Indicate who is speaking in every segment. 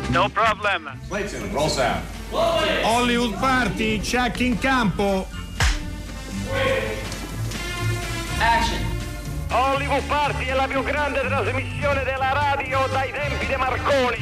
Speaker 1: No problem.
Speaker 2: Clayton, roll sound.
Speaker 3: Hollywood Party, check in campo.
Speaker 1: Action. Hollywood Party è la più grande trasmissione della radio dai tempi di Marconi.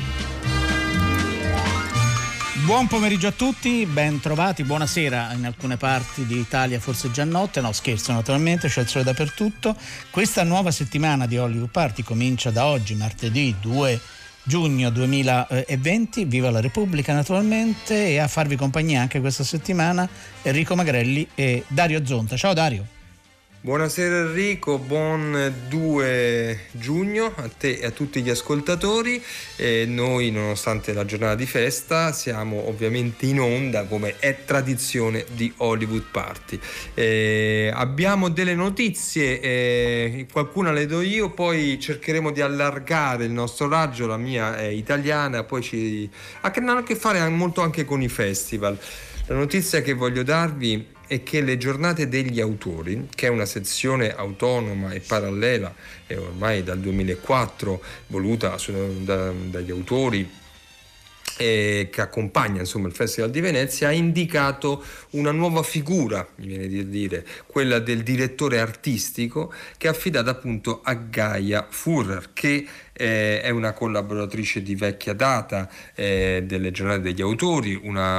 Speaker 4: Buon pomeriggio a tutti, ben trovati, buonasera. In alcune parti d'Italia forse già notte, no scherzo naturalmente, c'è il sole dappertutto. Questa nuova settimana di Hollywood Party comincia da oggi, martedì 2 giugno 2020, viva la Repubblica naturalmente, e a farvi compagnia anche questa settimana Enrico Magrelli e Dario Zonta. Ciao Dario.
Speaker 5: Buonasera Enrico, buon 2 giugno a te e a tutti gli ascoltatori. Noi, nonostante la giornata di festa, siamo ovviamente in onda come è tradizione di Hollywood Party. Abbiamo delle notizie, qualcuna le do io, poi cercheremo di allargare il nostro raggio, la mia è italiana, poi hanno a che fare molto anche con i festival. La notizia che voglio darvi è che le giornate degli autori, che è una sezione autonoma e parallela, e ormai dal 2004 voluta dagli autori che accompagna insomma il Festival di Venezia, ha indicato una nuova figura, mi viene di dire, quella del direttore artistico, che è affidata appunto a Gaia Furrer, che è una collaboratrice di vecchia data delle giornate degli autori, una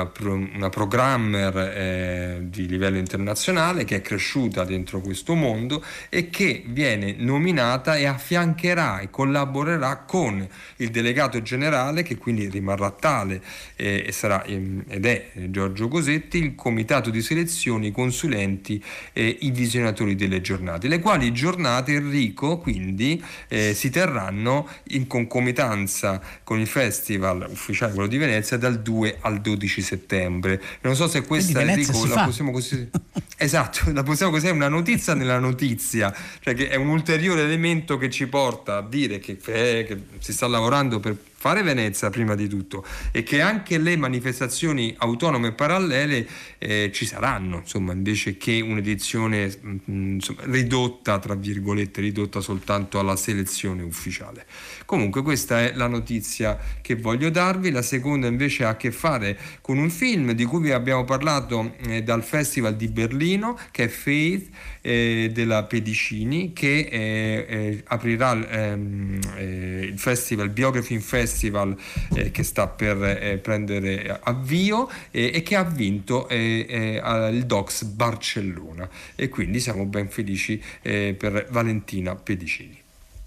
Speaker 5: programmer di livello internazionale, che è cresciuta dentro questo mondo e che viene nominata e affiancherà e collaborerà con il delegato generale, che quindi rimarrà tale e sarà ed è Giorgio Cosetti, il comitato di selezione, i consulenti e i visionatori delle giornate, le quali giornate, Enrico, quindi si terranno in concomitanza con il festival ufficiale, quello di Venezia, dal 2 al 12 settembre. Non so se questa, Enrico, la possiamo così esatto, la possiamo così, è una notizia nella notizia, cioè che è un ulteriore elemento che ci porta a dire che si sta lavorando per fare Venezia prima di tutto, e che anche le manifestazioni autonome parallele ci saranno, insomma, invece che un'edizione ridotta, tra virgolette, ridotta soltanto alla selezione ufficiale. Comunque questa è la notizia che voglio darvi. La seconda invece ha a che fare con un film di cui vi abbiamo parlato dal Festival di Berlino, che è Faith, della Pedicini, che aprirà il festival, Biography Festival, che sta per prendere avvio e che ha vinto il Docs Barcellona, e quindi siamo ben felici per Valentina Pedicini.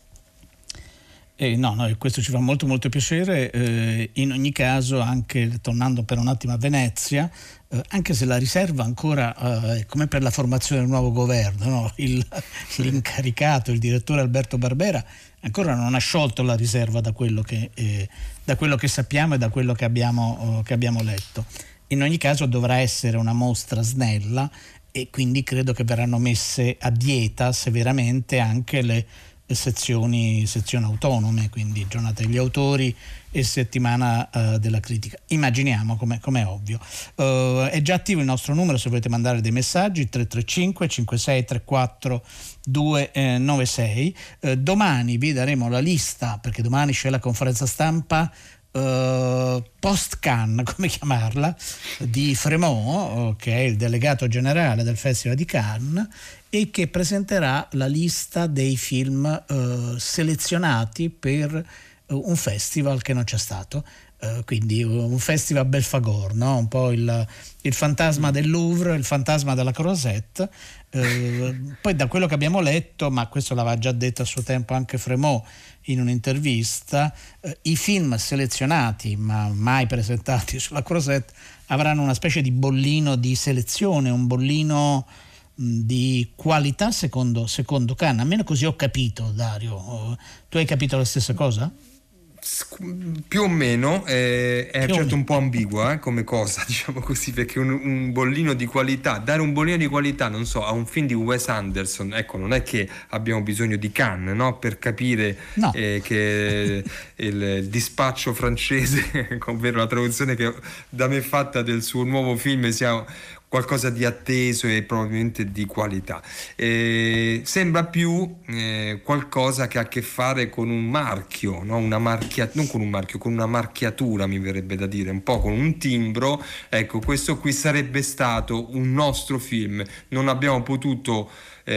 Speaker 4: No, questo ci fa molto molto piacere. In ogni caso, anche tornando per un attimo a Venezia, anche se la riserva ancora, come per la formazione del nuovo governo, no? L'incaricato, il direttore Alberto Barbera, ancora non ha sciolto la riserva da quello che sappiamo e da quello che abbiamo letto. In ogni caso dovrà essere una mostra snella, e quindi credo che verranno messe a dieta severamente anche le sezioni autonome, quindi giornata degli autori e settimana della critica. Immaginiamo, come è ovvio. È già attivo il nostro numero se volete mandare dei messaggi, 335 5634 296. Domani vi daremo la lista, perché domani c'è la conferenza stampa post-Cannes, come chiamarla, di Frémaux, che è il delegato generale del Festival di Cannes, e che presenterà la lista dei film selezionati per un festival che non c'è stato, quindi un festival Belfagor, no? Un po' il fantasma del Louvre, il fantasma della Croisette. Poi da quello che abbiamo letto, ma questo l'aveva già detto a suo tempo anche Frémaux in un'intervista, i film selezionati ma mai presentati sulla Croisette avranno una specie di bollino di selezione, un bollino di qualità secondo Cannes, almeno così ho capito. Dario, tu hai capito la stessa cosa?
Speaker 5: Più o meno, è certo un po' ambigua come cosa, diciamo così, perché un bollino di qualità, dare un bollino di qualità, non so, a un film di Wes Anderson, ecco, non è che abbiamo bisogno di Cannes, no? Per capire che il dispaccio francese, ovvero la traduzione che da me fatta del suo nuovo film, sia qualcosa di atteso e probabilmente di qualità. Sembra più qualcosa che ha a che fare con un marchio, no? Non con un marchio, con una marchiatura, mi verrebbe da dire, un po' con un timbro. Ecco, questo qui sarebbe stato un nostro film. Non abbiamo potuto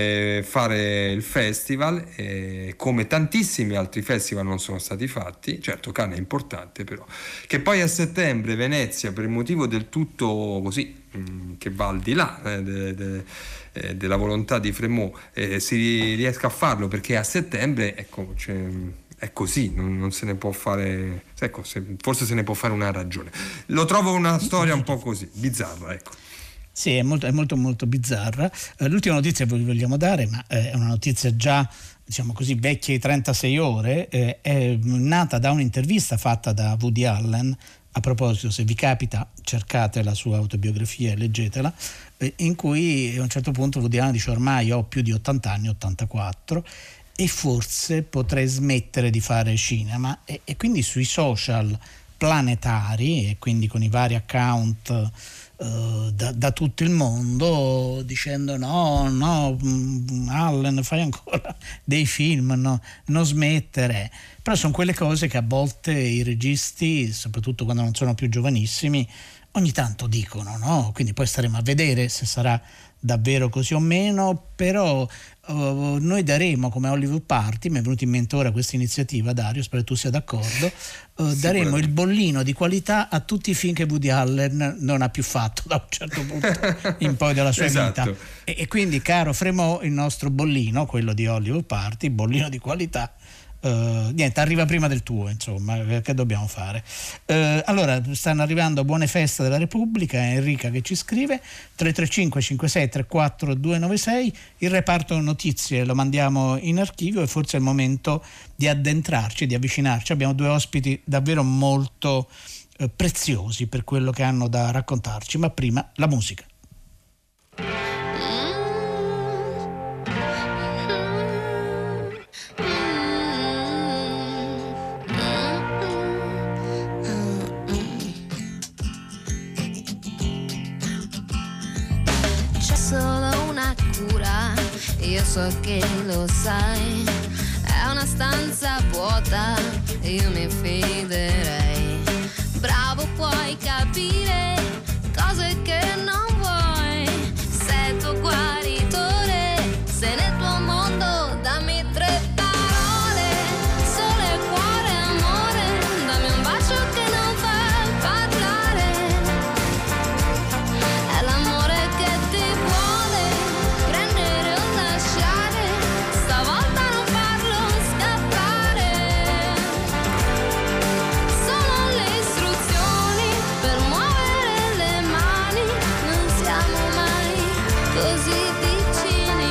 Speaker 5: fare il festival, come tantissimi altri festival non sono stati fatti. Certo, Cannes è importante, però che poi a settembre Venezia, per il motivo del tutto così che va al di là della volontà di Frémaux, si riesca a farlo, perché a settembre, ecco, è così, non se ne può fare, ecco, forse se ne può fare una ragione. Lo trovo una storia un po' così bizzarra, ecco.
Speaker 4: Sì, è molto molto bizzarra. L'ultima notizia che vi vogliamo dare, ma è una notizia già, diciamo così, vecchia di 36 ore, è nata da un'intervista fatta da Woody Allen. A proposito, se vi capita, cercate la sua autobiografia e leggetela, in cui a un certo punto Woody Allen dice: ormai ho più di 80 anni, 84, e forse potrei smettere di fare cinema, e quindi sui social planetari, e quindi con i vari account da tutto il mondo, dicendo no, Allen, fai ancora dei film, no, non smettere. Però sono quelle cose che a volte i registi, soprattutto quando non sono più giovanissimi, ogni tanto dicono, no? Quindi poi staremo a vedere se sarà davvero così o meno, però noi daremo, come Hollywood Party, mi è venuta in mente ora questa iniziativa, Dario, spero tu sia d'accordo, daremo il bollino di qualità a tutti i film che Woody Allen non ha più fatto da un certo punto in poi della sua
Speaker 5: Esatto.
Speaker 4: vita, e quindi, caro Frémaux, il nostro bollino, quello di Hollywood Party, bollino di qualità, niente, arriva prima del tuo, insomma, che dobbiamo fare? Allora, stanno arrivando buone feste della Repubblica, Enrica che ci scrive 335 56 34 296, il reparto notizie lo mandiamo in archivio, e forse è il momento di addentrarci, di avvicinarci. Abbiamo due ospiti davvero molto preziosi per quello che hanno da raccontarci, ma prima la musica.
Speaker 2: Io so che lo sai, è una stanza vuota, io mi fiderei. Bravo, puoi capire cose che non vuoi. Sei tuo guaritore, sei nel tuo mondo, dammi 3 parole. Sole, cuore, amore, dammi un bacio che non fa parlare. È l'amore che ti vuole prendere o lasciare, stavolta non farlo scappare. Sono le istruzioni per muovere le mani, non siamo mai così vicini.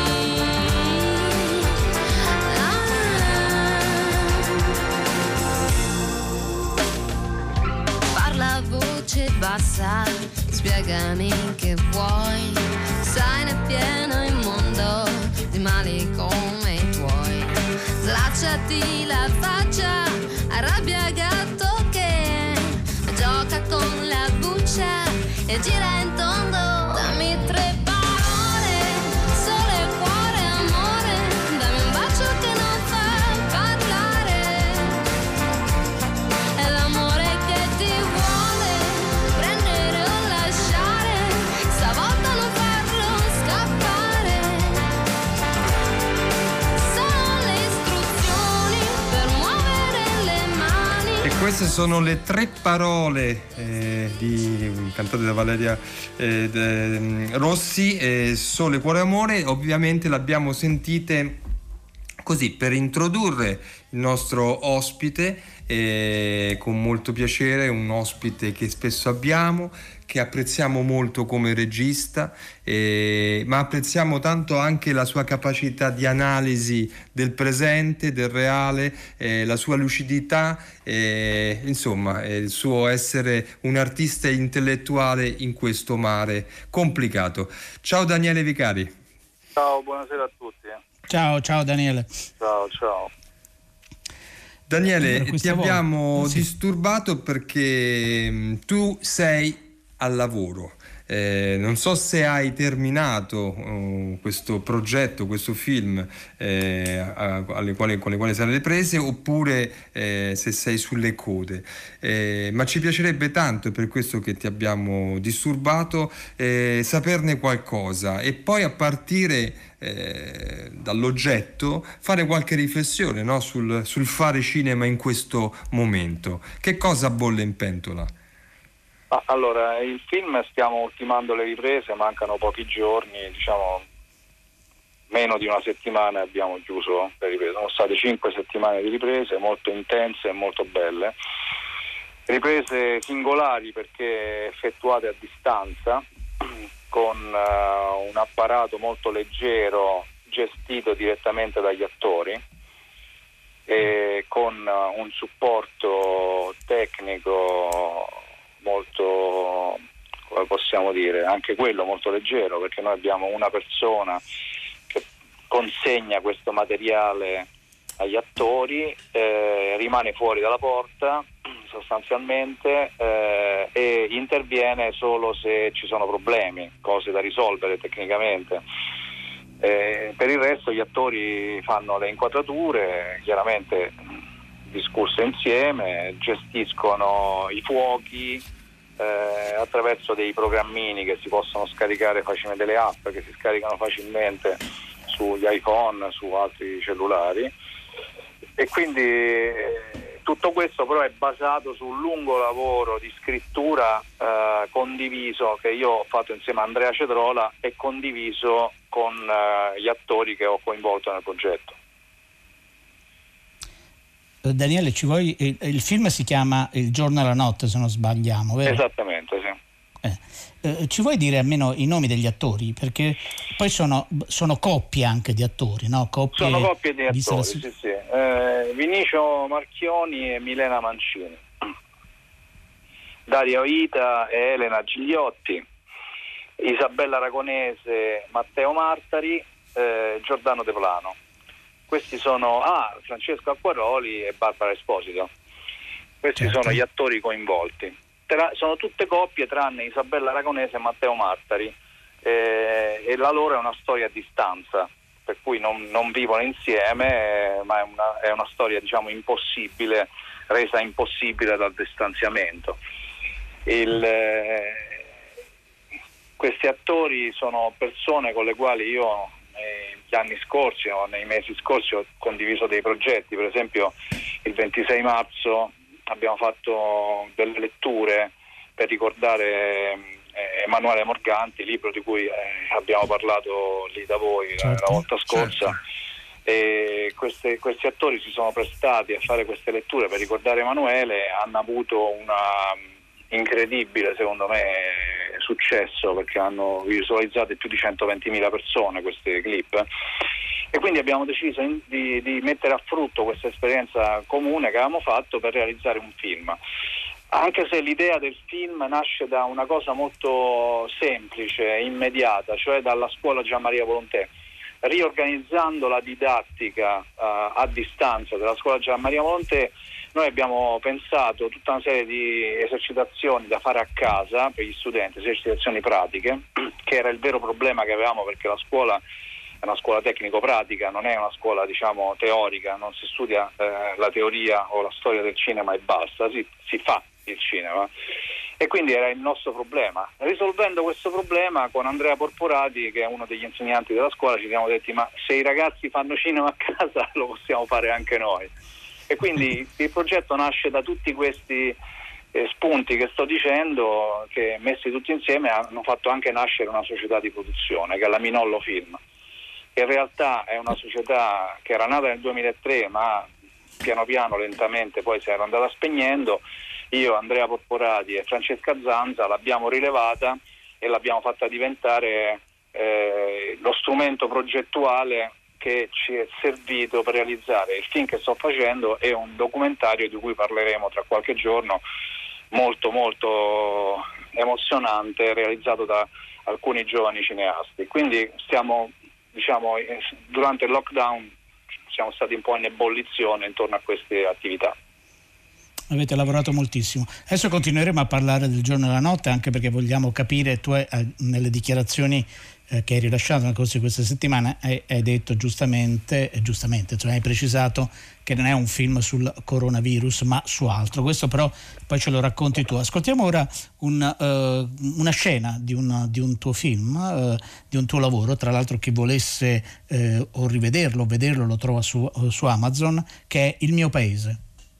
Speaker 2: Parla a voce bassa, spiegami che vuoi. Sai, ne è pieno il mondo di mali come i tuoi. Slacciati la faccia, arrabbia gatto che gioca con la buccia e gira in tondo. Dammi 3 parole, sole, cuore, amore, dammi un bacio che non fa parlare. È l'amore che ti vuole prendere o lasciare, stavolta non farlo scappare. Sono le istruzioni per muovere le mani.
Speaker 5: E queste sono le 3 parole cantate da Valeria Rossi, Sole, Cuore, Amore. Ovviamente l'abbiamo sentite così per introdurre il nostro ospite, con molto piacere, un ospite che spesso abbiamo, che apprezziamo molto come regista, ma apprezziamo tanto anche la sua capacità di analisi del presente, del reale, la sua lucidità, insomma, il suo essere un artista intellettuale in questo mare complicato. Ciao Daniele Vicari.
Speaker 6: Ciao, buonasera a tutti.
Speaker 4: Ciao Daniele.
Speaker 6: Ciao.
Speaker 5: Daniele,
Speaker 4: Allora,
Speaker 5: ti abbiamo disturbato perché tu sei al lavoro. Non so se hai terminato questo progetto, questo film con le quali sarai alle prese, oppure se sei sulle code, ma ci piacerebbe tanto, è per questo che ti abbiamo disturbato, saperne qualcosa e poi, a partire dall'oggetto, fare qualche riflessione, no? sul fare cinema in questo momento. Che cosa bolle in pentola?
Speaker 6: Allora, il film stiamo ultimando le riprese, mancano pochi giorni, diciamo meno di una settimana e abbiamo chiuso le riprese. Sono state 5 settimane di riprese molto intense e molto belle, riprese singolari perché effettuate a distanza con un apparato molto leggero gestito direttamente dagli attori e con un supporto tecnico molto, come possiamo dire, anche quello molto leggero, perché noi abbiamo una persona che consegna questo materiale agli attori, rimane fuori dalla porta sostanzialmente e interviene solo se ci sono problemi, cose da risolvere tecnicamente. Per il resto gli attori fanno le inquadrature, chiaramente discusse insieme, gestiscono i fuochi attraverso dei programmini che si possono scaricare facilmente, delle app che si scaricano facilmente sugli iPhone, su altri cellulari, e quindi tutto questo però è basato su un lungo lavoro di scrittura condiviso che io ho fatto insieme a Andrea Cetrola e condiviso con gli attori che ho coinvolto nel progetto.
Speaker 4: Daniele, il film si chiama Il giorno e la notte, se non sbagliamo, vero?
Speaker 6: Esattamente, sì.
Speaker 4: Ci vuoi dire almeno i nomi degli attori? Perché poi sono coppie anche di attori, no?
Speaker 6: Sono coppie di attori, sì. Vinicio Marchioni e Milena Mancini, Dario Ita e Elena Gigliotti, Isabella Aragonese, Matteo Martari, Giordano De Plano. Questi sono Francesco Acquaroli e Barbara Esposito. Questi sono gli attori coinvolti. Sono tutte coppie tranne Isabella Aragonese e Matteo Martari, e la loro è una storia a distanza, per cui non vivono insieme, ma è una storia, diciamo, impossibile, resa impossibile dal distanziamento. Questi attori sono persone con le quali io negli anni scorsi o nei mesi scorsi ho condiviso dei progetti. Per esempio il 26 marzo abbiamo fatto delle letture per ricordare Emanuele Morganti, libro di cui abbiamo parlato lì da voi la volta scorsa. E questi attori si sono prestati a fare queste letture per ricordare Emanuele, hanno avuto una incredibile, secondo me, successo, perché hanno visualizzato più di 120.000 persone questi clip, e quindi abbiamo deciso di mettere a frutto questa esperienza comune che avevamo fatto per realizzare un film, anche se l'idea del film nasce da una cosa molto semplice, immediata, cioè dalla scuola Gian Maria Volontè. Riorganizzando la didattica a distanza della scuola Gian Maria Volontè, noi abbiamo pensato tutta una serie di esercitazioni da fare a casa per gli studenti, esercitazioni pratiche, che era il vero problema che avevamo, perché la scuola è una scuola tecnico-pratica, non è una scuola, diciamo, teorica, non si studia la teoria o la storia del cinema e basta, si fa il cinema. E quindi era il nostro problema. Risolvendo questo problema con Andrea Porporati, che è uno degli insegnanti della scuola, ci siamo detti: ma se i ragazzi fanno cinema a casa lo possiamo fare anche noi. E quindi il progetto nasce da tutti questi spunti che sto dicendo, che messi tutti insieme hanno fatto anche nascere una società di produzione, che è la Minollo Film, che in realtà è una società che era nata nel 2003, ma piano piano, lentamente, poi si era andata spegnendo. Io, Andrea Porporati e Francesca Zanza l'abbiamo rilevata e l'abbiamo fatta diventare lo strumento progettuale che ci è servito per realizzare il film che sto facendo, e un documentario di cui parleremo tra qualche giorno, molto molto emozionante, realizzato da alcuni giovani cineasti. Quindi stiamo, diciamo, durante il lockdown siamo stati un po' in ebollizione intorno a queste attività.
Speaker 4: Avete lavorato moltissimo. Adesso continueremo a parlare del giorno e della notte, anche perché vogliamo capire, tu nelle dichiarazioni che hai rilasciato nel corso di questa settimana hai detto giustamente, cioè hai precisato che non è un film sul coronavirus ma su altro. Questo però poi ce lo racconti tu. Ascoltiamo ora una scena di un tuo film, di un tuo lavoro, tra l'altro chi volesse o rivederlo o vederlo lo trova su Amazon, che è Il mio paese.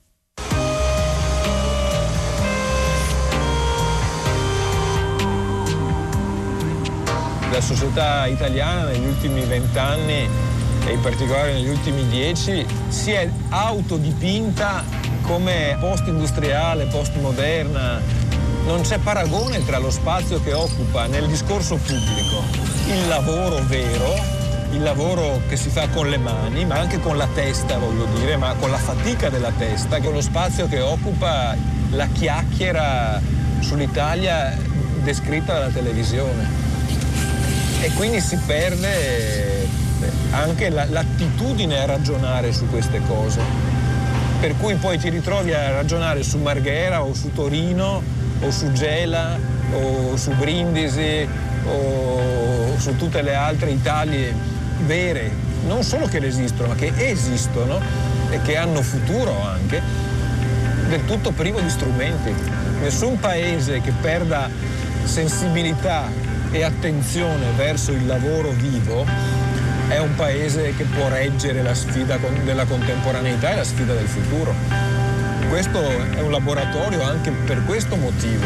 Speaker 7: La società italiana negli ultimi 20 anni e in particolare negli ultimi 10 si è autodipinta come post-industriale, post-moderna. Non c'è paragone tra lo spazio che occupa nel discorso pubblico il lavoro vero, il lavoro che si fa con le mani, ma anche con la testa, voglio dire, ma con la fatica della testa, con lo spazio che occupa la chiacchiera sull'Italia descritta dalla televisione. E quindi si perde anche l'attitudine a ragionare su queste cose. Per cui poi ti ritrovi a ragionare su Marghera o su Torino o su Gela o su Brindisi o su tutte le altre Italie vere, non solo che esistono, ma che esistono e che hanno futuro anche, del tutto privo di strumenti. Nessun paese che perda sensibilità e attenzione verso il lavoro vivo è un paese che può reggere la sfida della contemporaneità e la sfida del futuro. Questo è un laboratorio anche per questo motivo.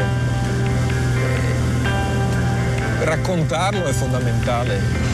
Speaker 7: Raccontarlo è fondamentale.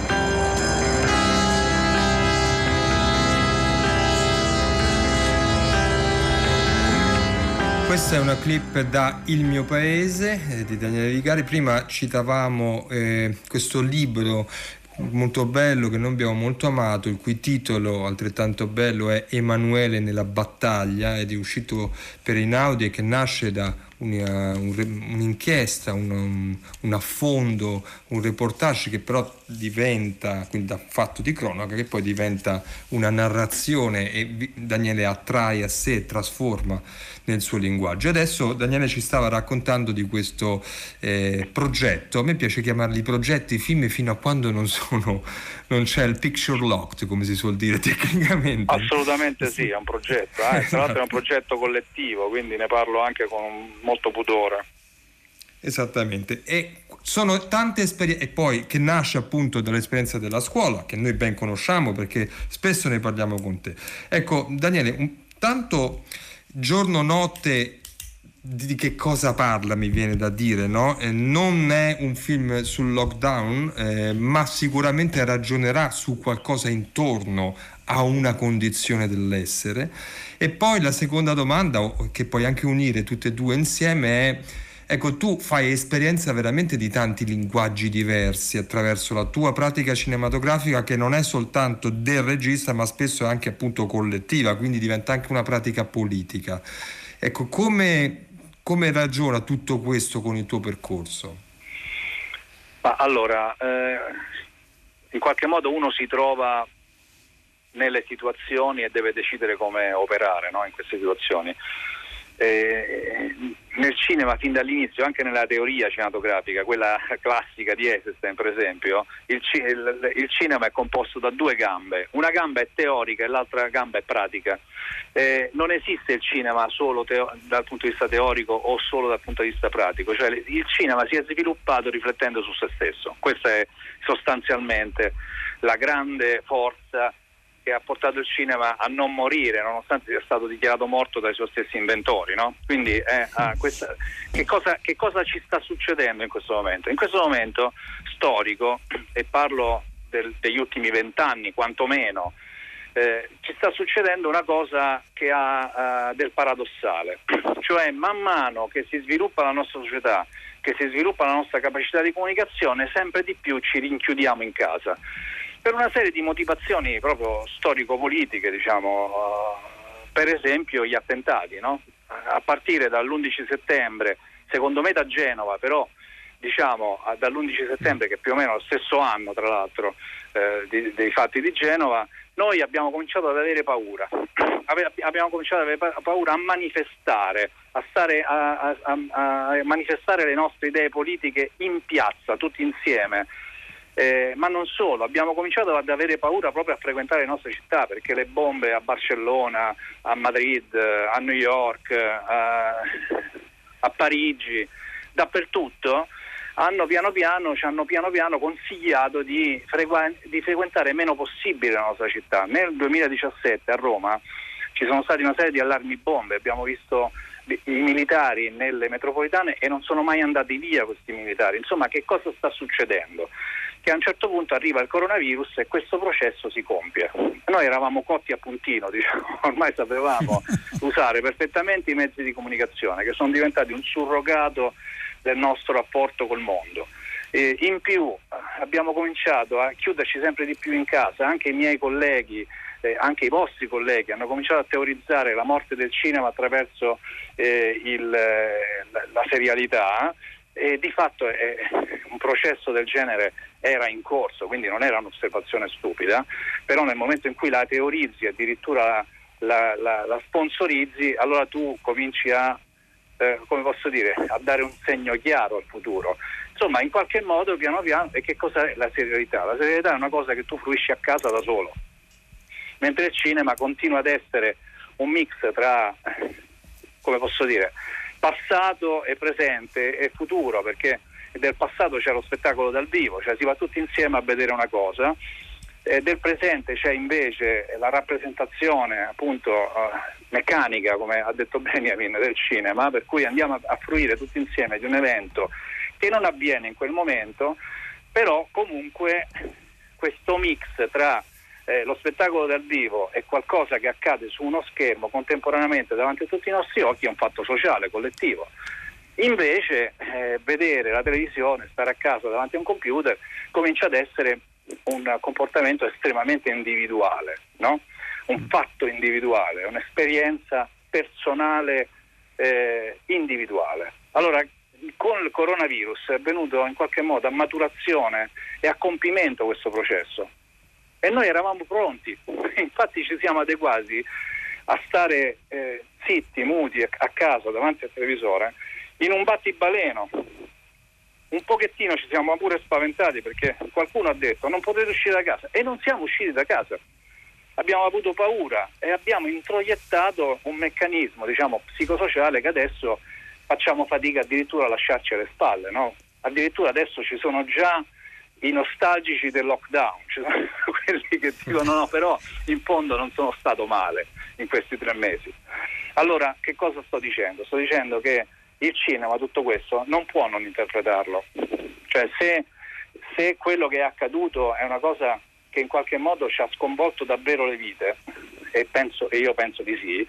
Speaker 5: Questa è una clip da Il mio paese di Daniele Vicari. Prima citavamo questo libro molto bello che noi abbiamo molto amato, il cui titolo altrettanto bello è Emanuele nella battaglia, ed è uscito per Einaudi e che nasce da un'inchiesta, un affondo, un reportage che però diventa, quindi da fatto di cronaca, che poi diventa una narrazione e Daniele attrae a sé e trasforma nel suo linguaggio. Adesso Daniele ci stava raccontando di questo progetto. A me piace chiamarli progetti, film, fino a quando non c'è il picture locked, come si suol dire tecnicamente.
Speaker 6: Assolutamente sì, è un progetto, tra l'altro è un progetto collettivo, quindi ne parlo anche con molto pudore.
Speaker 5: Esattamente, e sono tante esperienze, e poi che nasce appunto dall'esperienza della scuola, che noi ben conosciamo perché spesso ne parliamo con te. Ecco Daniele, tanto giorno-notte di che cosa parla, mi viene da dire, no? Non è un film sul lockdown, ma sicuramente ragionerà su qualcosa intorno a una condizione dell'essere. E poi la seconda domanda, che puoi anche unire tutte e due insieme, è: ecco, tu fai esperienza veramente di tanti linguaggi diversi attraverso la tua pratica cinematografica, che non è soltanto del regista, ma spesso è anche appunto collettiva, quindi diventa anche una pratica politica. Ecco, come ragiona tutto questo con il tuo percorso?
Speaker 6: Ma allora, in qualche modo uno si trova nelle situazioni e deve decidere come operare, no? In queste situazioni. Nel cinema fin dall'inizio, anche nella teoria cinematografica, quella classica di Eisenstein per esempio, il cinema è composto da due gambe, una gamba è teorica e l'altra gamba è pratica. Non esiste il cinema solo dal punto di vista teorico o solo dal punto di vista pratico, cioè il cinema si è sviluppato riflettendo su se stesso. Questa è sostanzialmente la grande forza che ha portato il cinema a non morire, nonostante sia stato dichiarato morto dai suoi stessi inventori, no? Quindi che cosa ci sta succedendo in questo momento? In questo momento storico, e parlo degli ultimi 20 anni quantomeno, ci sta succedendo una cosa che ha del paradossale, cioè man mano che si sviluppa la nostra società, che si sviluppa la nostra capacità di comunicazione, sempre di più ci rinchiudiamo in casa. Per una serie di motivazioni proprio storico-politiche, diciamo, per esempio gli attentati, no? A partire dall'11 settembre, secondo me da Genova, però diciamo dall'11 settembre, che più o meno è lo stesso anno tra l'altro dei fatti di Genova, noi abbiamo cominciato ad avere paura, abbiamo cominciato ad avere paura a manifestare, a manifestare le nostre idee politiche in piazza, tutti insieme. Ma non solo, abbiamo cominciato ad avere paura proprio a frequentare le nostre città, perché le bombe a Barcellona, a Madrid, a New York, a Parigi, dappertutto ci hanno piano piano consigliato di frequentare meno possibile la nostra città. Nel 2017 a Roma ci sono stati una serie di allarmi bombe, abbiamo visto i militari nelle metropolitane e non sono mai andati via questi militari. Insomma, che cosa sta succedendo? Che a un certo punto arriva il coronavirus e questo processo si compie. Noi eravamo cotti a puntino, diciamo, ormai sapevamo usare perfettamente i mezzi di comunicazione, che sono diventati un surrogato del nostro rapporto col mondo. In più abbiamo cominciato a chiuderci sempre di più in casa, anche i miei colleghi, anche i vostri colleghi hanno cominciato a teorizzare la morte del cinema attraverso la serialità, e di fatto un processo del genere era in corso, quindi non era un'osservazione stupida, però nel momento in cui la teorizzi, addirittura la sponsorizzi, allora tu cominci a a dare un segno chiaro al futuro. Insomma, in qualche modo, piano piano, e che cosa è la serialità? La serialità è una cosa che tu fruisci a casa da solo, mentre il cinema continua ad essere un mix tra, passato e presente e futuro, perché del passato c'è lo spettacolo dal vivo, cioè si va tutti insieme a vedere una cosa, del presente c'è invece la rappresentazione appunto meccanica, come ha detto Benjamin, del cinema, per cui andiamo a fruire tutti insieme di un evento che non avviene in quel momento, però comunque questo mix tra lo spettacolo dal vivo è qualcosa che accade su uno schermo contemporaneamente davanti a tutti i nostri occhi, è un fatto sociale, collettivo. Invece vedere la televisione, stare a casa davanti a un computer comincia ad essere un comportamento estremamente individuale, no? Un fatto individuale, un'esperienza personale individuale. Allora, con il coronavirus è venuto in qualche modo a maturazione e a compimento questo processo, e noi eravamo pronti, infatti ci siamo adeguati a stare zitti, muti a casa davanti al televisore in un battibaleno. Un pochettino ci siamo pure spaventati, perché qualcuno ha detto non potete uscire da casa, e non siamo usciti da casa. Abbiamo avuto paura e abbiamo introiettato un meccanismo, psicosociale, che adesso facciamo fatica addirittura a lasciarci alle spalle, no? Addirittura adesso ci sono già i nostalgici del lockdown, ci sono quelli che dicono no, però in fondo non sono stato male in questi 3 mesi. Allora, che cosa sto dicendo? Sto dicendo che il cinema, tutto questo, non può non interpretarlo. Cioè, se quello che è accaduto è una cosa che in qualche modo ci ha sconvolto davvero le vite, e io penso di sì,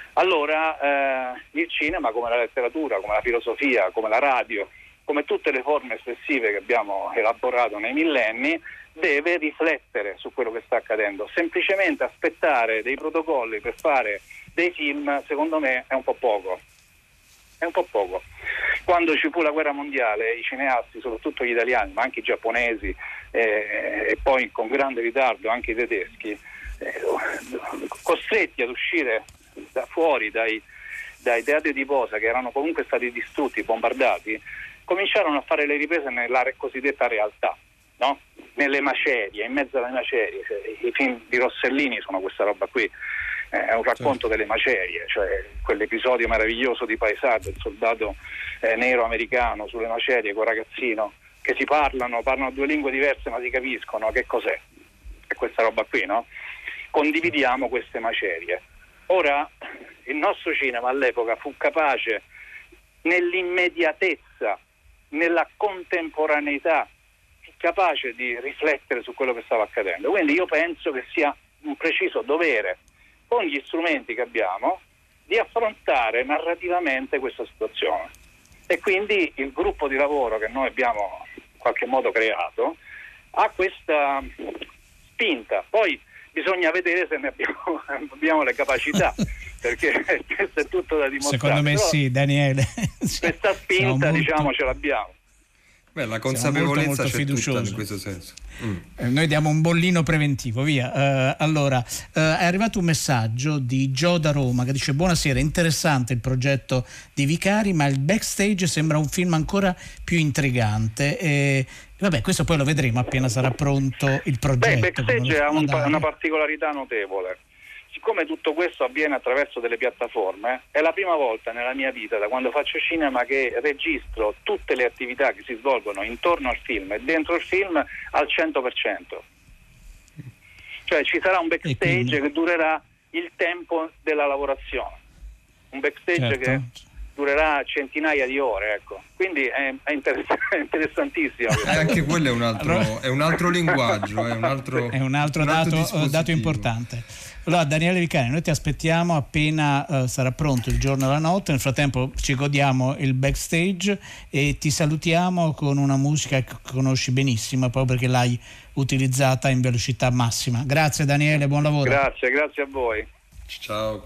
Speaker 6: allora il cinema, come la letteratura, come la filosofia, come la radio, come tutte le forme espressive che abbiamo elaborato nei millenni, deve riflettere su quello che sta accadendo. Semplicemente aspettare dei protocolli per fare dei film, secondo me, è un po' poco. È un po' poco. Quando ci fu la guerra mondiale, i cineasti, soprattutto gli italiani, ma anche i giapponesi, e poi con grande ritardo anche i tedeschi, costretti ad uscire da fuori dai teatri di posa, che erano comunque stati distrutti, bombardati, cominciarono a fare le riprese nella cosiddetta realtà, no? Nelle macerie, in mezzo alle macerie. I film di Rossellini sono questa roba qui. È un racconto delle macerie, cioè quell'episodio meraviglioso di Paesà, del soldato nero americano sulle macerie con il ragazzino che si parlano 2 lingue diverse ma si capiscono. Che cos'è? È questa roba qui, no? Condividiamo queste macerie. Ora, il nostro cinema all'epoca fu capace, nell'immediatezza, nella contemporaneità, capace di riflettere su quello che stava accadendo. Quindi io penso che sia un preciso dovere, con gli strumenti che abbiamo, di affrontare narrativamente questa situazione. E quindi il gruppo di lavoro che noi abbiamo in qualche modo creato ha questa spinta. Poi bisogna vedere se ne abbiamo le capacità, perché questo è tutto da dimostrare.
Speaker 4: Secondo me
Speaker 6: però
Speaker 4: sì, Daniele.
Speaker 6: Questa spinta, ce l'abbiamo.
Speaker 5: Beh, la consapevolezza
Speaker 4: molto
Speaker 5: c'è
Speaker 4: fiduciosi
Speaker 5: tutta in questo senso.
Speaker 4: Noi diamo un bollino preventivo, via. Allora, è arrivato un messaggio di Joe da Roma che dice: buonasera, interessante il progetto di Vicari, ma il backstage sembra un film ancora più intrigante. Vabbè, questo poi lo vedremo appena sarà pronto il progetto.
Speaker 6: Il backstage ha una particolarità notevole. Siccome tutto questo avviene attraverso delle piattaforme, è la prima volta nella mia vita, da quando faccio cinema, che registro tutte le attività che si svolgono intorno al film e dentro il film al 100%. Cioè ci sarà un backstage che durerà il tempo della lavorazione, un backstage che durerà centinaia di ore, ecco. Quindi è interessantissimo.
Speaker 5: Anche quello è un altro linguaggio, è
Speaker 4: un altro dato importante. Allora, Daniele Vicari, noi ti aspettiamo appena sarà pronto il giorno e la notte. Nel frattempo ci godiamo il backstage e ti salutiamo con una musica che conosci benissimo, proprio perché l'hai utilizzata in velocità massima. Grazie Daniele, buon lavoro.
Speaker 6: Grazie a voi.
Speaker 5: Ciao.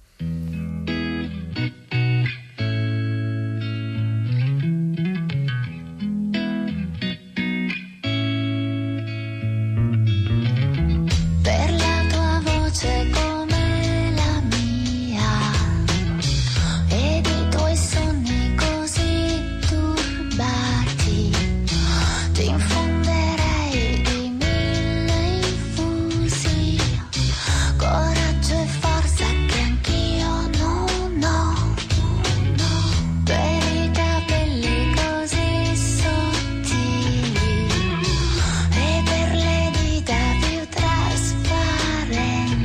Speaker 8: Come la mia ed i tuoi sogni così turbati, ti infonderei di 1000 infusi, coraggio e forza che anch'io non ho, per i capelli così sottili e per le dita più trasparenti.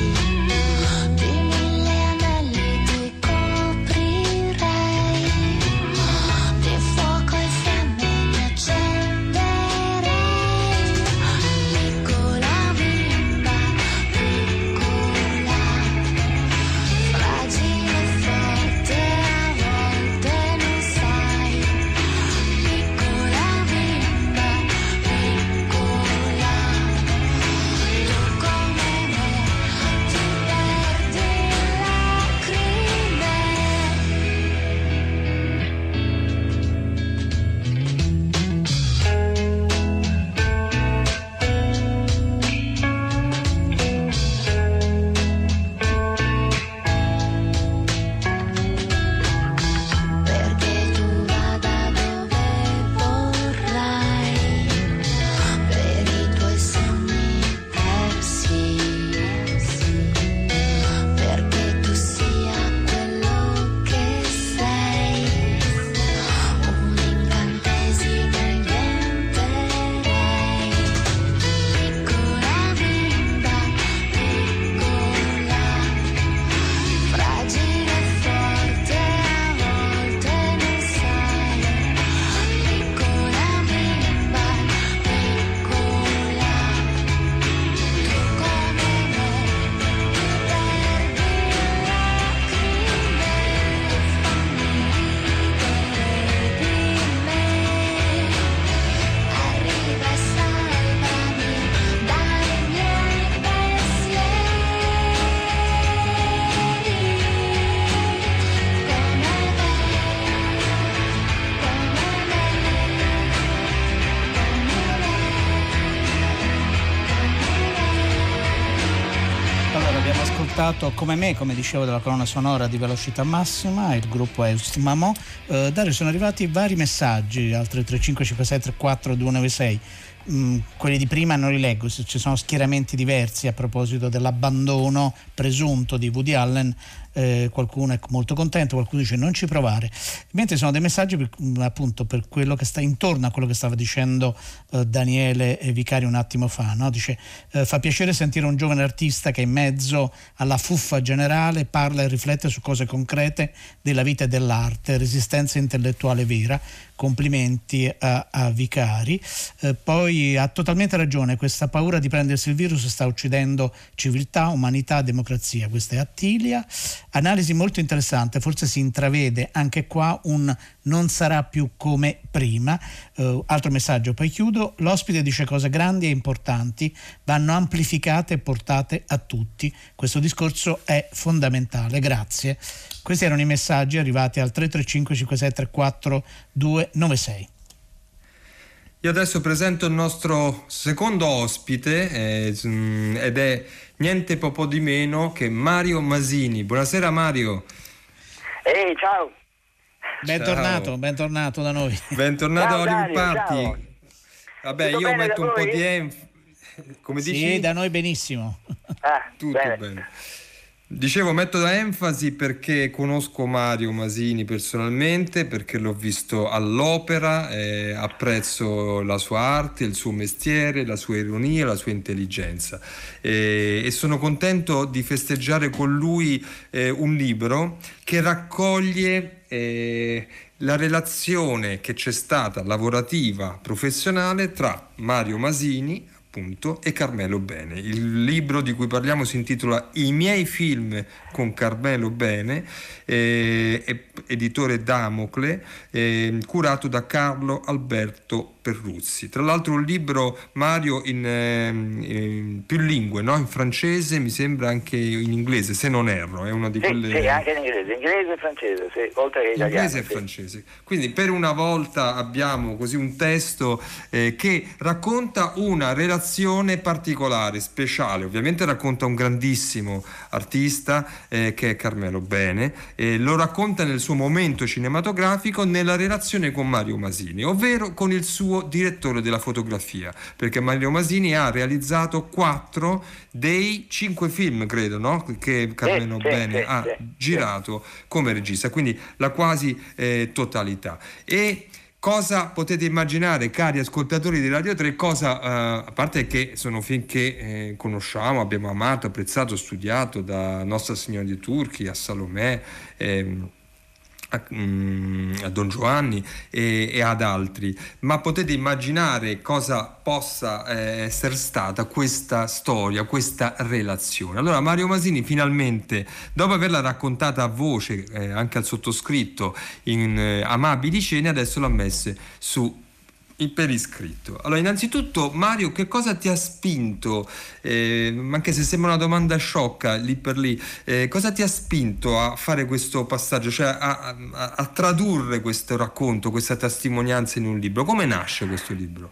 Speaker 4: Come me, come dicevo, della colonna sonora di Velocità Massima, il gruppo è Ustimamo. Dario, sono arrivati vari messaggi al 335 56 34 296. Quelli di prima non li leggo, ci sono schieramenti diversi a proposito dell'abbandono presunto di Woody Allen. Qualcuno è molto contento, qualcuno dice non ci provare, mentre sono dei messaggi appunto per quello che sta intorno a quello che stava dicendo Daniele Vicari un attimo fa, no? Dice fa piacere sentire un giovane artista che in mezzo alla fuffa generale parla e riflette su cose concrete della vita e dell'arte, resistenza intellettuale vera. Complimenti a Vicari. Poi ha totalmente ragione, questa paura di prendersi il virus sta uccidendo civiltà, umanità, democrazia. Questa è Attilia. Analisi molto interessante, forse si intravede anche qua un non sarà più come prima. Altro messaggio, poi chiudo. L'ospite dice cose grandi e importanti, vanno amplificate e portate a tutti. Questo discorso è fondamentale. Grazie. Questi erano i messaggi arrivati al 335 56 34 296.
Speaker 5: Io adesso presento il nostro secondo ospite ed è niente po' di meno che Mario Masini. Buonasera Mario.
Speaker 9: Ehi, ciao.
Speaker 4: Bentornato da noi.
Speaker 5: Bentornato a Hollywood Party.
Speaker 9: Ciao.
Speaker 5: Vabbè,
Speaker 9: Tutto
Speaker 5: io
Speaker 9: bene
Speaker 5: metto
Speaker 9: da
Speaker 5: un po'
Speaker 9: voi?
Speaker 5: di enfasi. Come dici?
Speaker 4: Sì, da noi benissimo.
Speaker 5: Tutto bene. Dicevo, metto da enfasi perché conosco Mario Masini personalmente, perché l'ho visto all'opera, apprezzo la sua arte, il suo mestiere, la sua ironia, la sua intelligenza e sono contento di festeggiare con lui un libro che raccoglie la relazione che c'è stata lavorativa, professionale tra Mario Masini e Carmelo Bene. Il libro di cui parliamo si intitola I miei film con Carmelo Bene, editore Damocle, curato da Carlo Alberto Perruzzi. Tra l'altro un libro, Mario, in più lingue, no? In francese, mi sembra anche in inglese, se non erro, è una di quelle...
Speaker 9: Sì, anche in inglese e francese, sì, oltre che italiano.
Speaker 5: Inglese e francese. Quindi per una volta abbiamo così un testo che racconta una relazione particolare, speciale. Ovviamente racconta un grandissimo artista che è Carmelo Bene, lo racconta nel suo momento cinematografico nella relazione con Mario Masini, ovvero con il suo direttore della fotografia, perché Mario Masini ha realizzato 4 dei 5 film, credo, no? Che Carmelo Bene ha girato come regista, quindi la quasi totalità. E cosa potete immaginare, cari ascoltatori di Radio 3, a parte che sono film che conosciamo, abbiamo amato, apprezzato, studiato, da Nostra Signora dei Turchi a Salomè, a Don Giovanni e ad altri, ma potete immaginare cosa possa essere stata questa storia, questa relazione. Allora Mario Masini finalmente, dopo averla raccontata a voce anche al sottoscritto in amabili scene, adesso l'ha messa per iscritto. Allora, innanzitutto, Mario, che cosa ti ha spinto, anche se sembra una domanda sciocca lì per lì, cosa ti ha spinto a fare questo passaggio, cioè a tradurre questo racconto, questa testimonianza in un libro? Come nasce questo libro?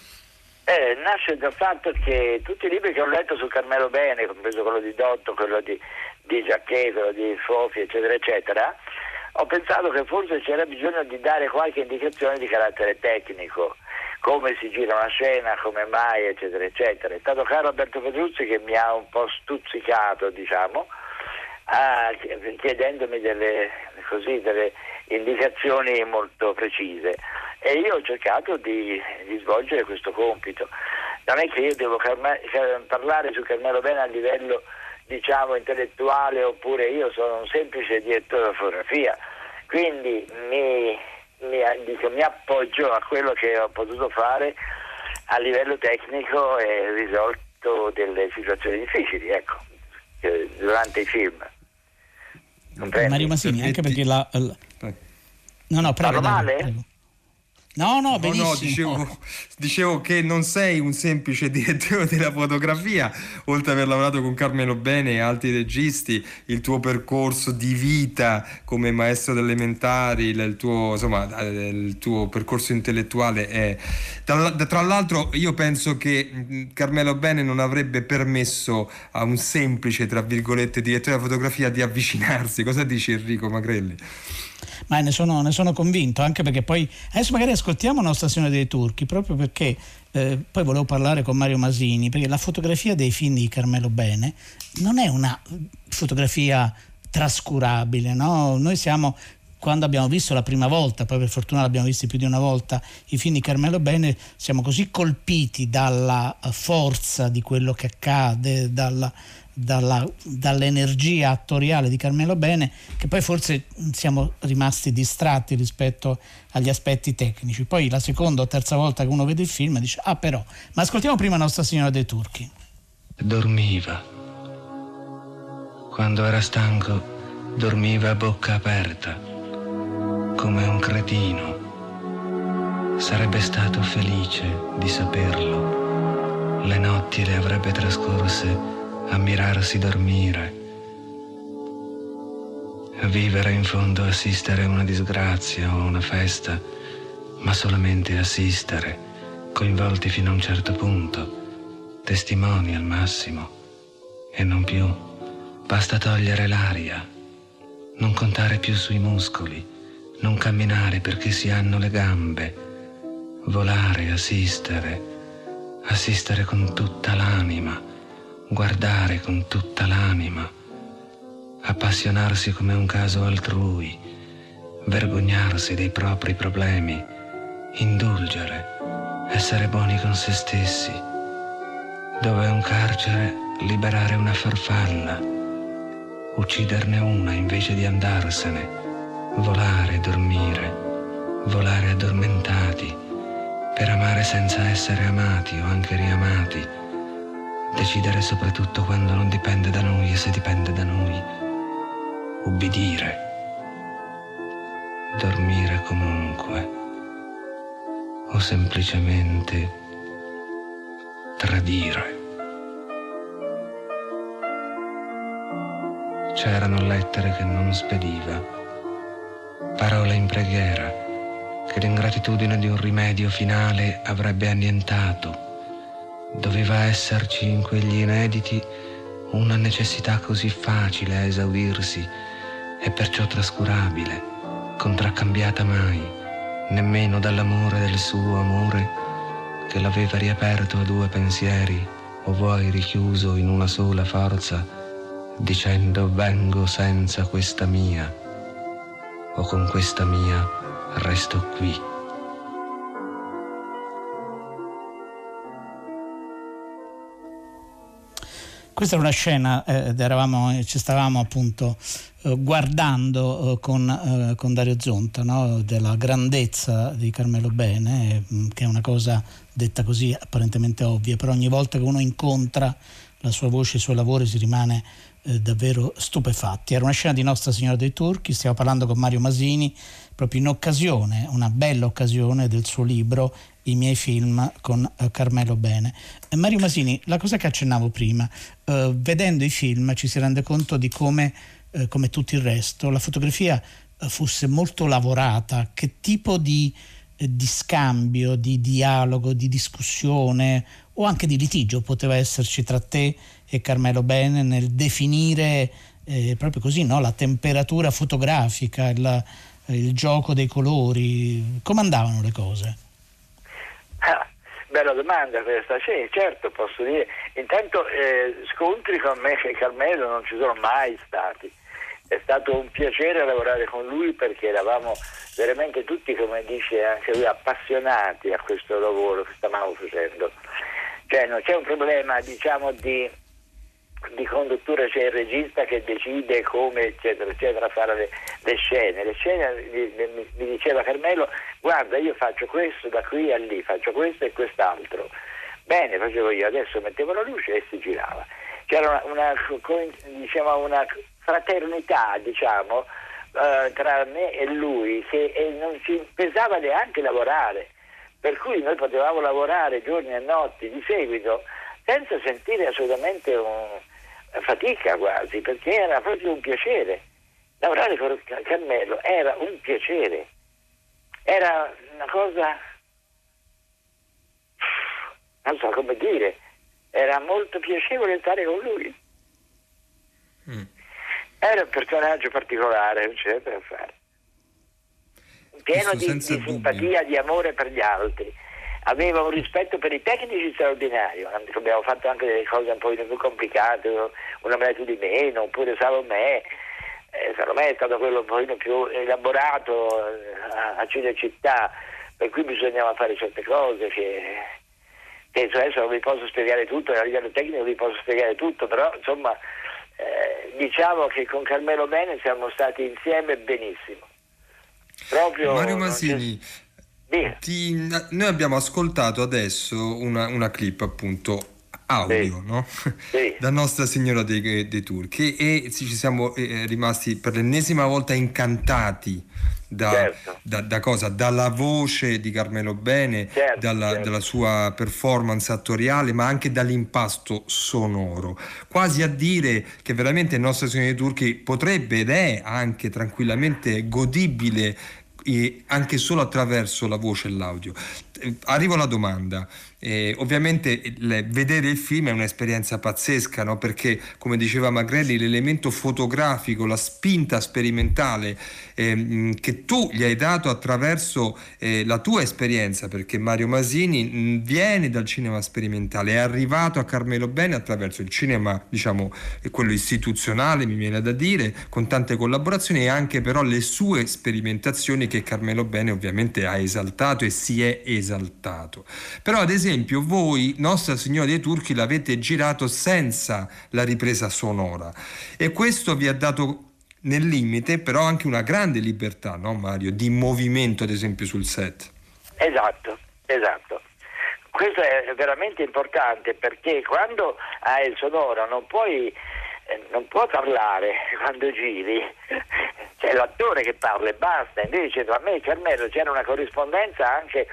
Speaker 9: Nasce dal fatto che tutti i libri che ho letto su Carmelo Bene, compreso quello di Dotto, quello di Jacquet, quello di Fofi, eccetera, eccetera, ho pensato che forse c'era bisogno di dare qualche indicazione di carattere tecnico, come si gira una scena, come mai, eccetera, eccetera. È stato Carlo Alberto Pedruzzi che mi ha un po' stuzzicato, diciamo, chiedendomi delle indicazioni molto precise, e io ho cercato di svolgere questo compito. Non è che io devo parlare su Carmelo Bene a livello, diciamo, intellettuale, oppure io sono un semplice direttore della fotografia, quindi mi appoggio a quello che ho potuto fare a livello tecnico e risolto delle situazioni difficili, ecco, durante i film. Comprendi?
Speaker 4: Mario Masini, anche perché No, prego. Prego. No, benissimo.
Speaker 5: No, dicevo che non sei un semplice direttore della fotografia, oltre ad aver lavorato con Carmelo Bene e altri registi, il tuo percorso di vita come maestro delle elementari, il tuo percorso intellettuale è... Tra l'altro io penso che Carmelo Bene non avrebbe permesso a un semplice, tra virgolette, direttore della fotografia di avvicinarsi. Cosa dici, Enrico Magrelli?
Speaker 4: Ma ne sono convinto, anche perché poi adesso magari ascoltiamo Nostra Signora dei Turchi, proprio perché poi volevo parlare con Mario Masini, perché la fotografia dei film di Carmelo Bene non è una fotografia trascurabile, no? Noi quando abbiamo visto la prima volta, poi per fortuna l'abbiamo visti più di una volta, i film di Carmelo Bene, siamo così colpiti dalla forza di quello che accade, dall'energia attoriale di Carmelo Bene, che poi forse siamo rimasti distratti rispetto agli aspetti tecnici. Poi la seconda o terza volta che uno vede il film dice però, ma ascoltiamo prima Nostra Signora dei Turchi.
Speaker 10: Dormiva. Quando era stanco dormiva a bocca aperta, come un cretino. Sarebbe stato felice di saperlo. Le notti le avrebbe trascorse a mirarsi dormire, a vivere in fondo, assistere a una disgrazia o a una festa, ma solamente assistere, coinvolti fino a un certo punto, testimoni al massimo, e non più. Basta togliere l'aria, non contare più sui muscoli, non camminare perché si hanno le gambe, volare, assistere con tutta l'anima, guardare con tutta l'anima, appassionarsi come un caso altrui, vergognarsi dei propri problemi, indulgere, essere buoni con se stessi. Dove è un carcere, liberare una farfalla, ucciderne una invece di andarsene, volare, dormire, volare addormentati, per amare senza essere amati o anche riamati, decidere soprattutto quando non dipende da noi e se dipende da noi, ubbidire, dormire comunque o semplicemente tradire. C'erano lettere che non spediva, parole in preghiera che l'ingratitudine di un rimedio finale avrebbe annientato. Doveva esserci in quegli inediti una necessità così facile a esaudirsi e perciò trascurabile, contraccambiata mai, nemmeno dall'amore del suo amore che l'aveva riaperto a due pensieri, o vuoi richiuso in una sola forza, dicendo vengo senza questa mia, o con questa mia resto qui.
Speaker 4: Questa è una scena ci stavamo appunto guardando con Dario Zonta, no? Della grandezza di Carmelo Bene, che è una cosa detta così apparentemente ovvia, però ogni volta che uno incontra la sua voce, i suoi lavori, si rimane davvero stupefatti. Era una scena di Nostra Signora dei Turchi. Stiamo parlando con Mario Masini proprio in occasione, una bella occasione del suo libro I miei film con Carmelo Bene. Mario Masini, la cosa che accennavo prima, vedendo i film ci si rende conto di come tutto il resto la fotografia fosse molto lavorata. Che tipo di scambio, di dialogo, di discussione o anche di litigio poteva esserci tra te e Carmelo Bene nel definire proprio così, no? La temperatura fotografica, il gioco dei colori, come andavano le cose?
Speaker 9: Bella domanda questa. Sì, certo, posso dire. Intanto scontri con me e Carmelo non ci sono mai stati. È stato un piacere lavorare con lui perché eravamo veramente tutti, come dice anche lui, appassionati a questo lavoro che stavamo facendo. Cioè non c'è un problema, diciamo, di conduttura, c'è il regista che decide come eccetera eccetera fare le scene. Mi diceva Carmelo, guarda, io faccio questo da qui a lì, faccio questo e quest'altro. Bene, facevo io, adesso mettevo la luce e si girava. C'era una fraternità, diciamo, tra me e lui, che non ci pesava neanche lavorare, per cui noi potevamo lavorare giorni e notti di seguito senza sentire assolutamente fatica quasi, perché era proprio un piacere. Lavorare con Carmelo era un piacere, era una cosa, non so come dire, era molto piacevole stare con lui. Era un personaggio particolare, non c'era da fare, pieno di simpatia, di amore per gli altri. Aveva un rispetto per i tecnici straordinario. Abbiamo fatto anche delle cose un po' più complicate, una metro di meno, oppure Salomè. Salomè è stato quello un po' più elaborato a Cinecittà, per cui bisognava fare certe cose che adesso non vi posso spiegare tutto, a livello tecnico non vi posso spiegare tutto, però insomma diciamo che con Carmelo Bene siamo stati insieme benissimo. Proprio
Speaker 5: Mario Masini, noi abbiamo ascoltato adesso una clip appunto audio, sì, no? Sì. Da Nostra Signora dei Turchi, e ci siamo rimasti per l'ennesima volta incantati dalla voce di Carmelo Bene, dalla sua performance attoriale, ma anche dall'impasto sonoro, quasi a dire che veramente Nostra Signora dei Turchi potrebbe ed è anche tranquillamente godibile anche solo attraverso la voce e l'audio. arrivo alla domanda. Ovviamente vedere il film è un'esperienza pazzesca, no? Perché, come diceva Magrelli, l'elemento fotografico, la spinta sperimentale che tu gli hai dato attraverso la tua esperienza, perché Mario Masini viene dal cinema sperimentale, è arrivato a Carmelo Bene attraverso il cinema, diciamo, quello istituzionale, mi viene da dire, con tante collaborazioni, e anche però le sue sperimentazioni che Carmelo Bene ovviamente ha esaltato e si è esaltato. Però, ad esempio, voi Nostra Signora dei Turchi l'avete girato senza la ripresa sonora, e questo vi ha dato nel limite però anche una grande libertà, no Mario, di movimento ad esempio sul set.
Speaker 9: Esatto. Questo è veramente importante, perché quando hai il sonoro non puoi parlare quando giri, c'è l'attore che parla e basta. Invece tra me e Carmelo c'era una corrispondenza anche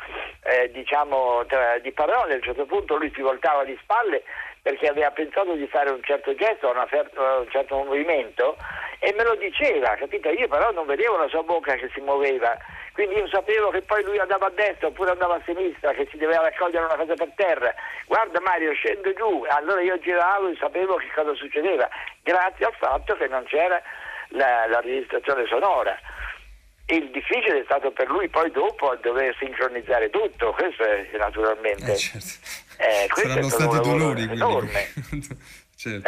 Speaker 9: di parole. A un certo punto lui si voltava di spalle perché aveva pensato di fare un certo gesto, un certo movimento, e me lo diceva, capito? Io però non vedevo la sua bocca che si muoveva, quindi io sapevo che poi lui andava a destra oppure andava a sinistra, che si doveva raccogliere una cosa per terra. Guarda Mario, scendo giù. Allora io giravo e sapevo che cosa succedeva, grazie al fatto che non c'era la registrazione sonora. Il difficile è stato per lui poi dopo dover sincronizzare tutto, questo è naturalmente questo
Speaker 5: saranno
Speaker 9: è
Speaker 5: stati dolori
Speaker 9: enorme.
Speaker 5: Certo.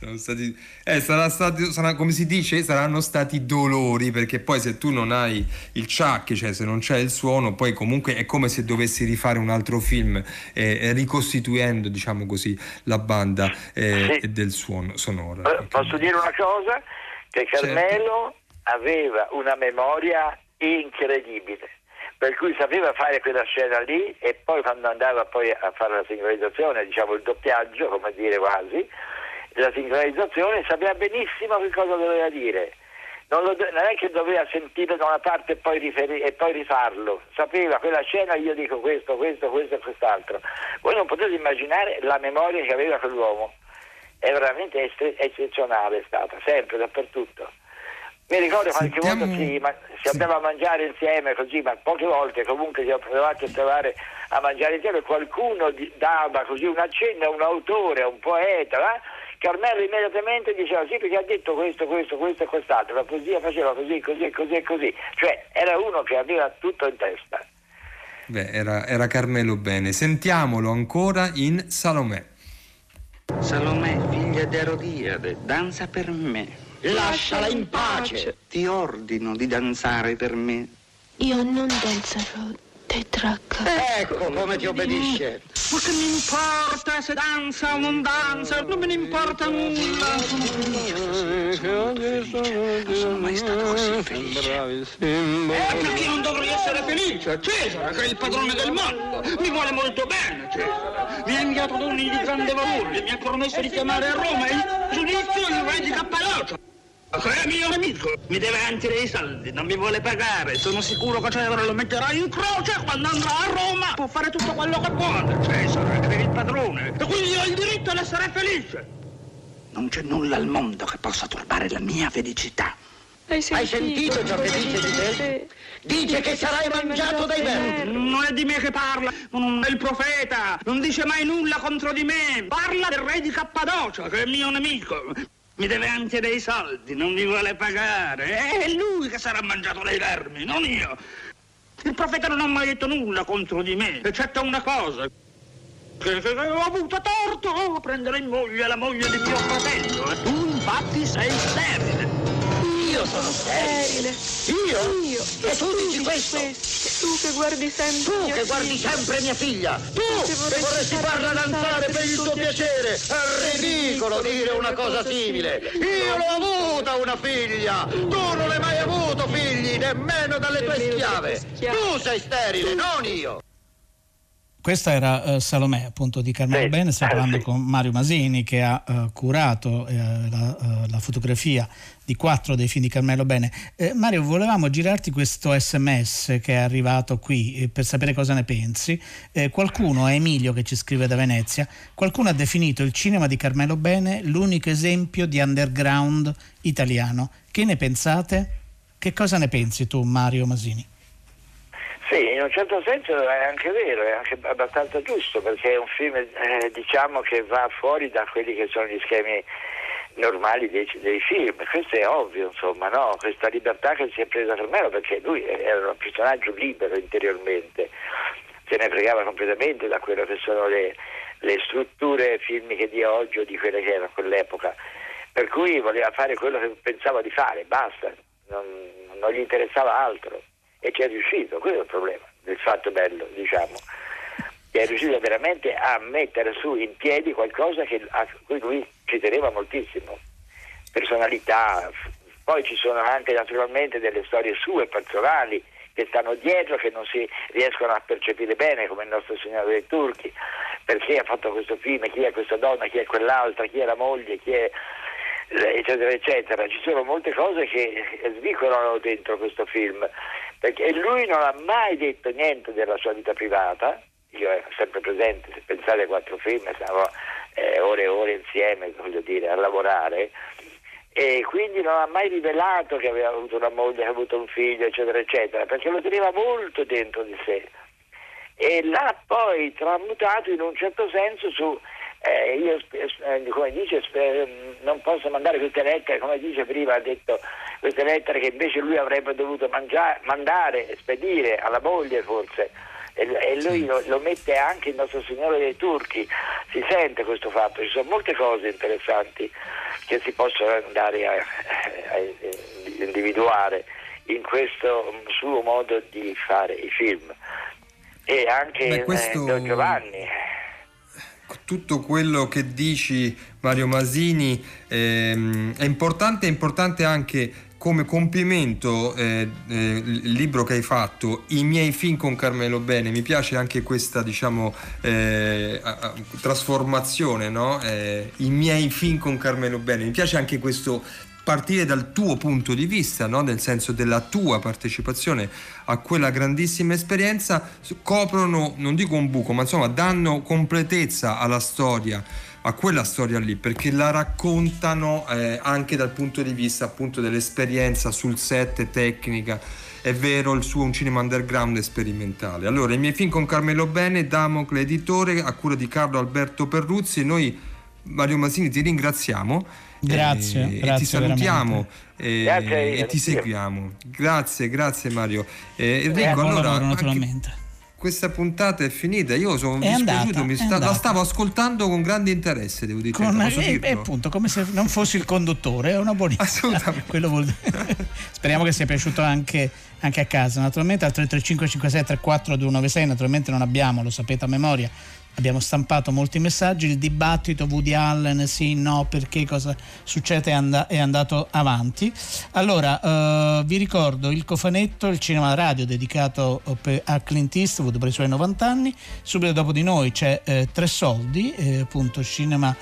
Speaker 5: Come si dice, saranno stati dolori, perché poi se tu non hai il ciak, cioè se non c'è il suono, poi comunque è come se dovessi rifare un altro film, ricostituendo, diciamo così, la banda del suono sonoro.
Speaker 9: Posso dire una cosa? Che Carmelo aveva una memoria incredibile, per cui sapeva fare quella scena lì, e poi quando andava poi a fare la sincronizzazione, diciamo il doppiaggio, come dire quasi, la sincronizzazione, sapeva benissimo che cosa doveva dire. Non è che doveva sentire da una parte e poi rifarlo, sapeva quella scena, io dico questo e quest'altro. Voi non potete immaginare la memoria che aveva quell'uomo, è veramente eccezionale, è stata sempre, dappertutto. Mi ricordo qualche volta si andava a mangiare insieme così, ma poche volte comunque si è provato a trovare a mangiare insieme, qualcuno dava così un accenno a un autore, a un poeta, Carmelo immediatamente diceva sì, perché ha detto questo e quest'altro, la poesia faceva così, cioè era uno che aveva tutto in testa.
Speaker 5: Era Carmelo Bene. Sentiamolo ancora in Salomè.
Speaker 10: Salomè, figlia di Erodiade, danza per me.
Speaker 11: Lasciala in pace.
Speaker 10: Ti ordino di danzare per me.
Speaker 8: Io non danzerò, Tetrarca.
Speaker 11: Ecco come ti obbedisce.
Speaker 10: Ma che mi importa se danza o non danza? Non me ne importa nulla. Non sono mai stato così felice.
Speaker 11: Perché non dovrei essere felice? Cesare, che è il padrone del mondo, mi vuole molto bene, Cesare. Mi ha inviato doni di grande valore, mi ha promesso di chiamare a Roma il giudizio il re di Cappadocia. È mio amico, mi deve anche dei soldi, non mi vuole pagare. Sono sicuro che Cesare lo metterà in croce quando andrà a Roma. Può fare tutto quello che vuole, Cesare, che è il padrone. E quindi ho il diritto ad essere felice.
Speaker 10: Non c'è nulla al mondo che possa turbare la mia felicità.
Speaker 11: Hai sentito ciò che dice di te? Dice che sarai mangiato dai vermi.
Speaker 10: Non è di me che parla, non è il profeta, non dice mai nulla contro di me. Parla del re di Cappadocia, che è mio nemico. Mi deve anche dei soldi, non mi vuole pagare. È lui che sarà mangiato dai vermi, non io. Il profeta non ha mai detto nulla contro di me, eccetto una cosa. Che ho avuto torto a prendere in moglie la moglie di mio fratello. E tu infatti sei sterile.
Speaker 11: Io sono sterile. Io? E tu dici questo?
Speaker 8: Tu che guardi sempre
Speaker 11: mia figlia. Tu che vorresti farla danzare per il tuo piacere. È ridicolo dire una cosa simile. Io l'ho avuta una figlia. Tu non hai mai avuto figli, nemmeno dalle tue schiave. Tu sei sterile, non io.
Speaker 4: Questa era Salomè, appunto, di Carmelo Bene. Stiamo parlando con Mario Masini, che ha curato la fotografia di 4 dei film di Carmelo Bene. Mario, volevamo girarti questo SMS che è arrivato qui per sapere cosa ne pensi. Qualcuno, è Emilio che ci scrive da Venezia, qualcuno ha definito il cinema di Carmelo Bene l'unico esempio di underground italiano. Che ne pensate? Che cosa ne pensi tu, Mario Masini?
Speaker 9: Sì, in un certo senso è anche vero, è anche abbastanza giusto, perché è un film diciamo che va fuori da quelli che sono gli schemi normali dei film. Questo è ovvio, insomma, no? Questa libertà che si è presa Carmelo, perché lui era un personaggio libero interiormente, se ne fregava completamente da quello che sono le strutture filmiche di oggi o di quelle che erano a quell'epoca, per cui voleva fare quello che pensava di fare, basta, non gli interessava altro, e ci è riuscito. Quello è il problema, il fatto bello, diciamo, che è riuscito veramente a mettere su in piedi qualcosa a cui lui ci teneva moltissimo, personalità. Poi ci sono anche naturalmente delle storie sue personali che stanno dietro, che non si riescono a percepire bene, come il nostro Signore dei Turchi, perché ha fatto questo film, chi è questa donna, chi è quell'altra, chi è la moglie, chi è, eccetera eccetera. Ci sono molte cose che svicolano dentro questo film, perché lui non ha mai detto niente della sua vita privata. Io ero sempre presente, se pensate ai 4 film, stavo ore e ore insieme, voglio dire, a lavorare, e quindi non ha mai rivelato che aveva avuto una moglie, che aveva avuto un figlio, eccetera eccetera, perché lo teneva molto dentro di sé, e l'ha poi tramutato in un certo senso su come dice, non posso mandare queste lettere, come dice prima, ha detto, queste lettere che invece lui avrebbe dovuto mandare, spedire alla moglie forse, e lui lo mette anche il nostro Signore dei Turchi, si sente questo fatto. Ci sono molte cose interessanti che si possono andare a individuare in questo suo modo di fare i film, e anche Don Giovanni.
Speaker 5: Tutto quello che dici, Mario Masini, è importante anche come complimento il libro che hai fatto, I miei film con Carmelo Bene. Mi piace anche questa, diciamo, trasformazione, no? I miei film con Carmelo Bene. Mi piace anche questo partire dal tuo punto di vista, no? Nel senso della tua partecipazione a quella grandissima esperienza, coprono, non dico un buco, ma insomma danno completezza alla storia, a quella storia lì, perché la raccontano anche dal punto di vista appunto dell'esperienza sul set, tecnica. È vero, il suo è un cinema underground e sperimentale. Allora, I miei film con Carmelo Bene, Damocle editore, a cura di Carlo Alberto Perruzzi. E noi, Mario Masini, ti ringraziamo.
Speaker 4: Grazie,
Speaker 5: e ti salutiamo
Speaker 9: e
Speaker 5: ti seguiamo. Grazie Mario. Enrico, allora,
Speaker 4: naturalmente.
Speaker 5: Questa puntata è finita, io sono dispiaciuto, la stavo ascoltando con grande interesse, devo dire.
Speaker 4: Appunto, come se non fossi il conduttore, è una buonissima.
Speaker 5: Assolutamente.
Speaker 4: Speriamo che sia piaciuto anche a casa. Naturalmente al 335 56 34 296, naturalmente non abbiamo, lo sapete a memoria, abbiamo stampato molti messaggi. Il dibattito Woody Allen, sì, no, perché, cosa succede, è andato avanti. Allora, vi ricordo il cofanetto, il cinema radio dedicato a Clint Eastwood per i suoi 90 anni. Subito dopo di noi c'è Tre Soldi, appunto cinema,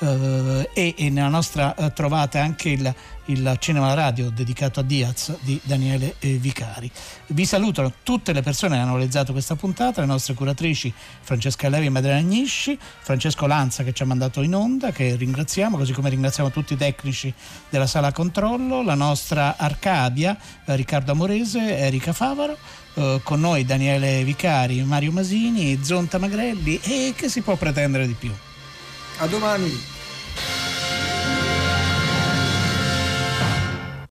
Speaker 4: e nella nostra trovate anche il cinema radio dedicato a Diaz di Daniele Vicari. Vi salutano tutte le persone che hanno realizzato questa puntata, le nostre curatrici Francesca Levi e Madeleine Agnisci, Francesco Lanza che ci ha mandato in onda, che ringraziamo, così come ringraziamo tutti i tecnici della sala controllo, la nostra Arcadia, Riccardo Amorese, Erika Favaro, con noi Daniele Vicari, Mario Masini, Zonta Magrelli, e che si può pretendere di più?
Speaker 5: A domani.